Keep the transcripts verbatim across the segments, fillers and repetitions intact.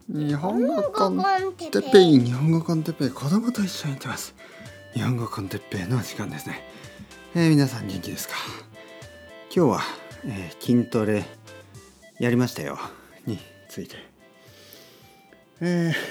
日本語コンテッペイ日本語コンテッペイ子供と一緒に行ってます。日本語コンテッペイの時間ですね。えー、皆さん元気ですか？今日は、えー、筋トレやりましたよについてえー、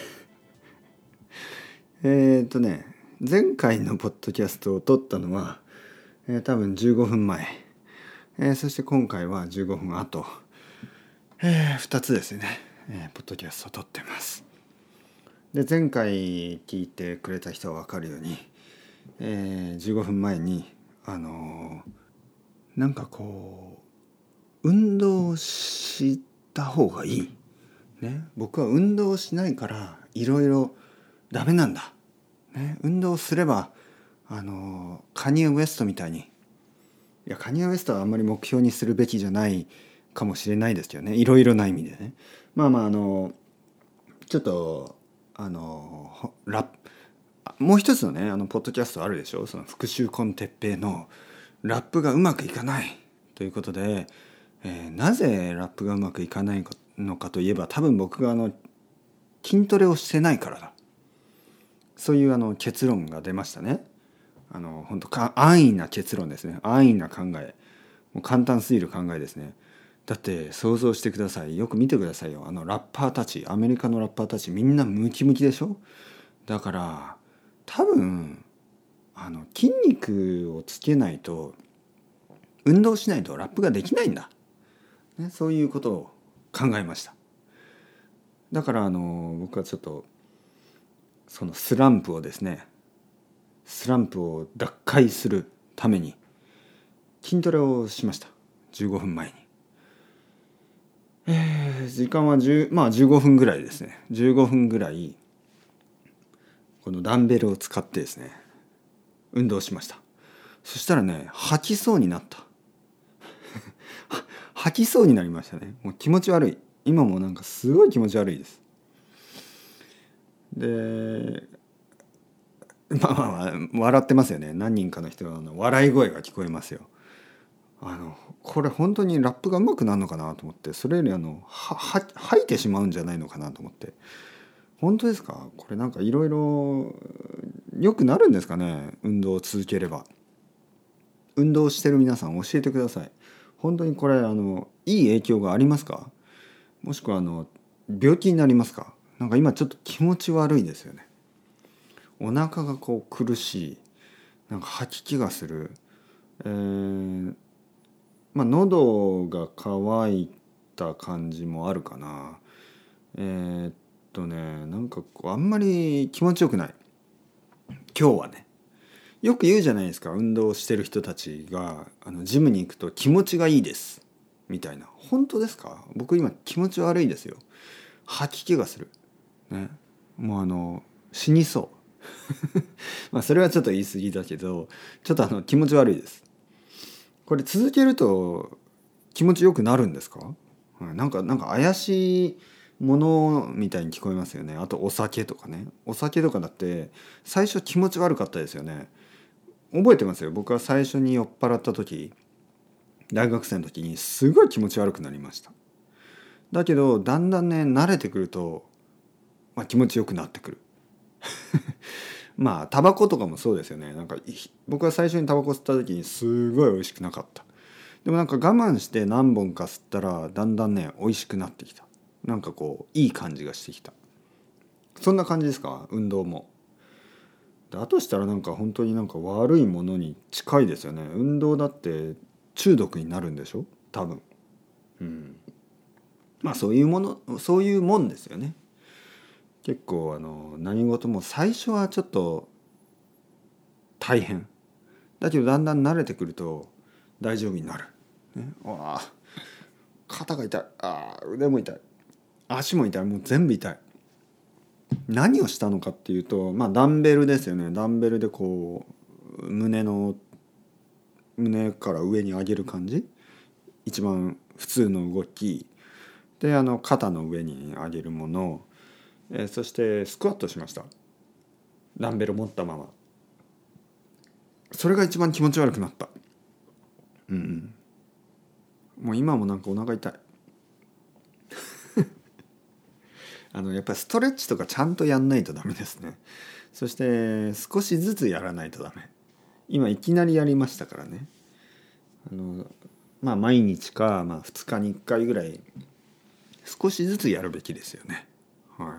えー、っとね前回のポッドキャストを撮ったのは、えー、多分じゅうごふんまえ、えー、そして今回はじゅうごふんご、えー、ふたつですね、えー、ポッドキャストを撮ってます。で前回聞いてくれた人は分かるように、えー、じゅうごふんまえにあのー、なんかこう運動した方がいい、ね、僕は運動しないからいろいろダメなんだ、ね、運動すればあのカニエ・ウエストみたいに、いやカニエ・ウエストはあんまり目標にするべきじゃないかもしれないですけどね、いろいろな意味でね。まあまああのちょっとあのラップもう一つのねあのポッドキャストあるでしょ、その復習コンテッペイのラップがうまくいかないということで、えー、なぜラップがうまくいかないのかといえば、多分僕があの筋トレをしてないからだ、そういうあの結論が出ましたね。あの本当か安易な結論ですね。安易な考え、もう簡単すぎる考えですね。だって想像してください、よく見てくださいよ、あのラッパーたち、アメリカのラッパーたちみんなムキムキでしょ。だから多分あの筋肉をつけないと、運動しないとラップができないんだ、ね、そういうことを考えました。だからあの僕はちょっとそのスランプをですねスランプを脱会するために筋トレをしました。じゅうごふんまえに、えー、時間はじゅう、まあ、じゅうごふんぐらいですね。じゅうごふんぐらいこのダンベルを使ってですね運動しました。そしたらね吐きそうになった吐きそうになりましたね。もう気持ち悪い、今もなんかすごい気持ち悪いです。でまあまあ、まあ、笑ってますよね。何人かの人の笑い声が聞こえますよ。あのこれ本当にラップが上手くなるのかなと思って、それよりあのはは吐いてしまうんじゃないのかなと思って。本当ですか？これなんかいろいろ良くなるんですかね、運動を続ければ。運動してる皆さん教えてください。本当にこれあのいい影響がありますか？もしくはあの病気になりますか？なんか今ちょっと気持ち悪いですよね。お腹がこう苦しい、なんか吐き気がする、えー、まあ喉が渇いた感じもあるかな。えー、っとねなんかこうあんまり気持ちよくない、今日はね。よく言うじゃないですか、運動してる人たちがあのジムに行くと気持ちがいいですみたいな。本当ですか？僕今気持ち悪いですよ。吐き気がする、ね、もうあの死にそうまあそれはちょっと言い過ぎだけど、ちょっとあの気持ち悪いです。これ続けると気持ちよくなるんですか？なんかなんか怪しいものみたいに聞こえますよね。あとお酒とかね、お酒とかだって最初気持ち悪かったですよね。覚えてますよ。僕は最初に酔っ払った時、大学生の時にすごい気持ち悪くなりました。だけどだんだんね慣れてくると、まあ、気持ちよくなってくるまあタバコとかもそうですよね。なんか僕は最初にタバコ吸った時にすごい美味しくなかった。でもなんか我慢して何本か吸ったらだんだんね美味しくなってきた。なんかこういい感じがしてきた。そんな感じですか、運動も。だとしたらなんか本当になんか悪いものに近いですよね。運動だって中毒になるんでしょ多分。うん。まあそういうもの、そういうもんですよね。結構あの何事も最初はちょっと大変だけどだんだん慣れてくると大丈夫になる、ね、ああ肩が痛い、ああ腕も痛い、足も痛い、もう全部痛い。何をしたのかっていうと、まあダンベルですよね。ダンベルでこう胸の胸から上に上げる感じ、一番普通の動きで、あの肩の上に上げるもの、えー、そしてスクワットしました。ダンベル持ったまま。それが一番気持ち悪くなった。うん、もう今もなんかお腹痛いあのやっぱりストレッチとかちゃんとやんないとダメですね。そして少しずつやらないとダメ。今いきなりやりましたからね。あのまあ毎日か、まあ、ふつかにいっかいぐらい少しずつやるべきですよね。はい、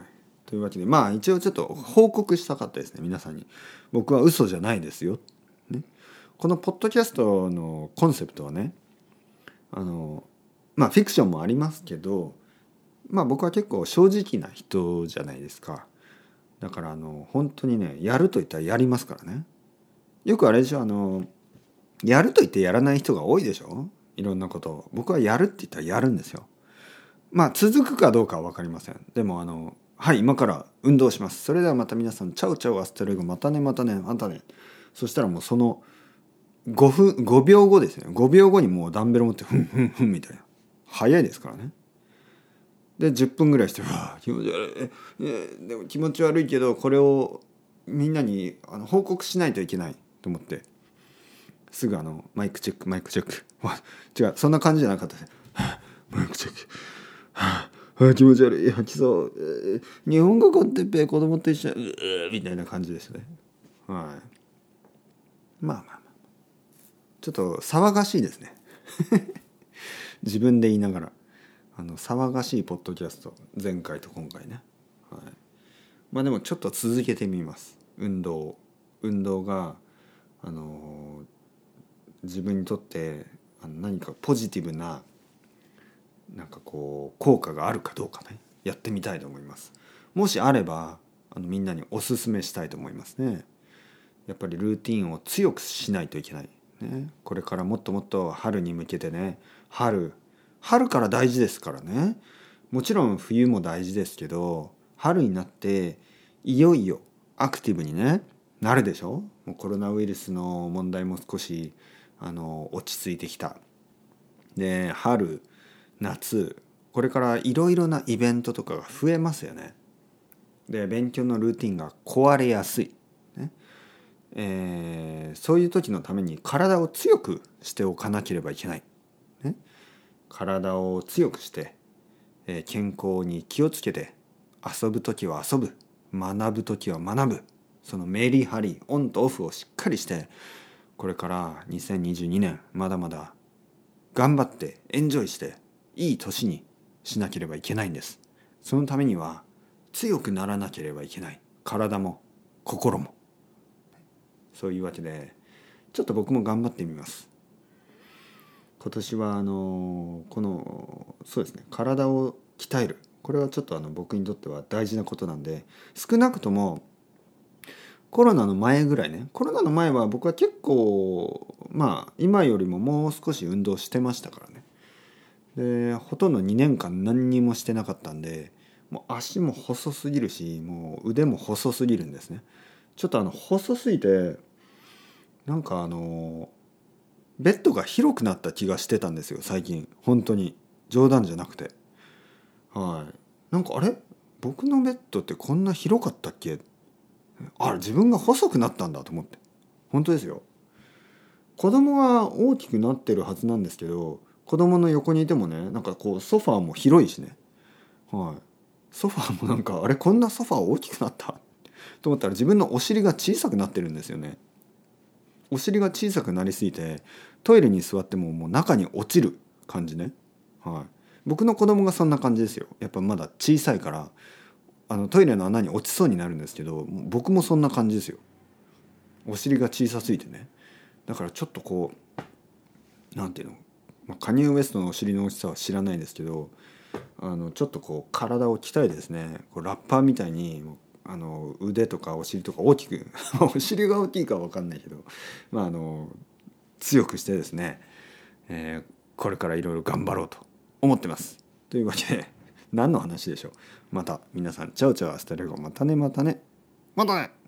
というわけでまあ一応ちょっと報告したかったですね、皆さんに。僕は嘘じゃないですよ、ね、このポッドキャストのコンセプトはね、あのまあフィクションもありますけど、まあ僕は結構正直な人じゃないですか。だからあの本当にね、やると言ったらやりますからね。よくあれでしょ、あのやると言ってやらない人が多いでしょ、いろんなことを。僕はやるって言ったらやるんですよ。まあ続くかどうかは分かりません。でもあのはい今から運動します。それではまた皆さんチャウチャウアストレゴ、またねまたねまたね。そしたらもうそのごふんごびょうごですね。ごびょうごにもうダンベル持ってふんふんふんみたいな。早いですからね。でじゅっぷんぐらいして、うわ気持ち悪い、えでも気持ち悪いけどこれをみんなにあの報告しないといけないと思って、すぐあのマイクチェックマイクチェック違う、そんな感じじゃなかったです。マイクチェック、はあ、気持ち悪い、吐きそう、えー、日本語コンテッペ子供と一緒にみたいな感じですね。はい、まあまあまあちょっと騒がしいですね。自分で言いながらあの騒がしいポッドキャスト、前回と今回ね、はい、まあでもちょっと続けてみます。運動運動があの自分にとってあの何かポジティブななんかこう効果があるかどうかね、やってみたいと思います。もしあればあのみんなにおすすめしたいと思いますね。やっぱりルーティンを強くしないといけない、ね、これからもっともっと春に向けてね、春春から大事ですからね。もちろん冬も大事ですけど、春になっていよいよアクティブにねなるでしょ。もうコロナウイルスの問題も少しあの落ち着いてきた。で春夏これからいろいろなイベントとかが増えますよね。で勉強のルーティンが壊れやすい、ねえー、そういう時のために体を強くしておかなければいけない、ね、体を強くして、えー、健康に気をつけて、遊ぶ時は遊ぶ、学ぶ時は学ぶ、そのメリハリオンとオフをしっかりして、これからにせんにじゅうにねんまだまだ頑張ってエンジョイしていい年にしなければいけないんです。そのためには強くならなければいけない、体も心も。そういうわけでちょっと僕も頑張ってみます。今年はあのこのそうですね、体を鍛える、これはちょっとあの僕にとっては大事なことなんで、少なくともコロナの前ぐらいね、コロナの前は僕は結構まあ今よりももう少し運動してましたからね。でほとんどにねんかん何にもしてなかったんで、もう足も細すぎるし、もう腕も細すぎるんですね。ちょっとあの細すぎてなんかあのベッドが広くなった気がしてたんですよ最近。本当に冗談じゃなくて、はい、なんかあれ僕のベッドってこんな広かったっけ、あれ自分が細くなったんだと思って。本当ですよ。子供が大きくなってるはずなんですけど、子供の横にいてもね、なんかこうソファーも広いしね、はい、ソファーもなんかあれこんなソファー大きくなったと思ったら、自分のお尻が小さくなってるんですよね。お尻が小さくなりすぎてトイレに座ってももう中に落ちる感じね、はい、僕の子供がそんな感じですよ。やっぱまだ小さいからあのトイレの穴に落ちそうになるんですけど、僕もそんな感じですよ。お尻が小さすぎてね。だからちょっとこうなんていうの、まあ、カニエ・ウエストのお尻の大きさは知らないですけど、あのちょっとこう体を鍛えてですね、こうラッパーみたいにあの腕とかお尻とか大きくお尻が大きいかは分かんないけど、まあ、あの強くしてですね、えー、これからいろいろ頑張ろうと思ってます。というわけで何の話でしょう。また皆さんチャオチャオアスタレゴ、またねまたねまたね。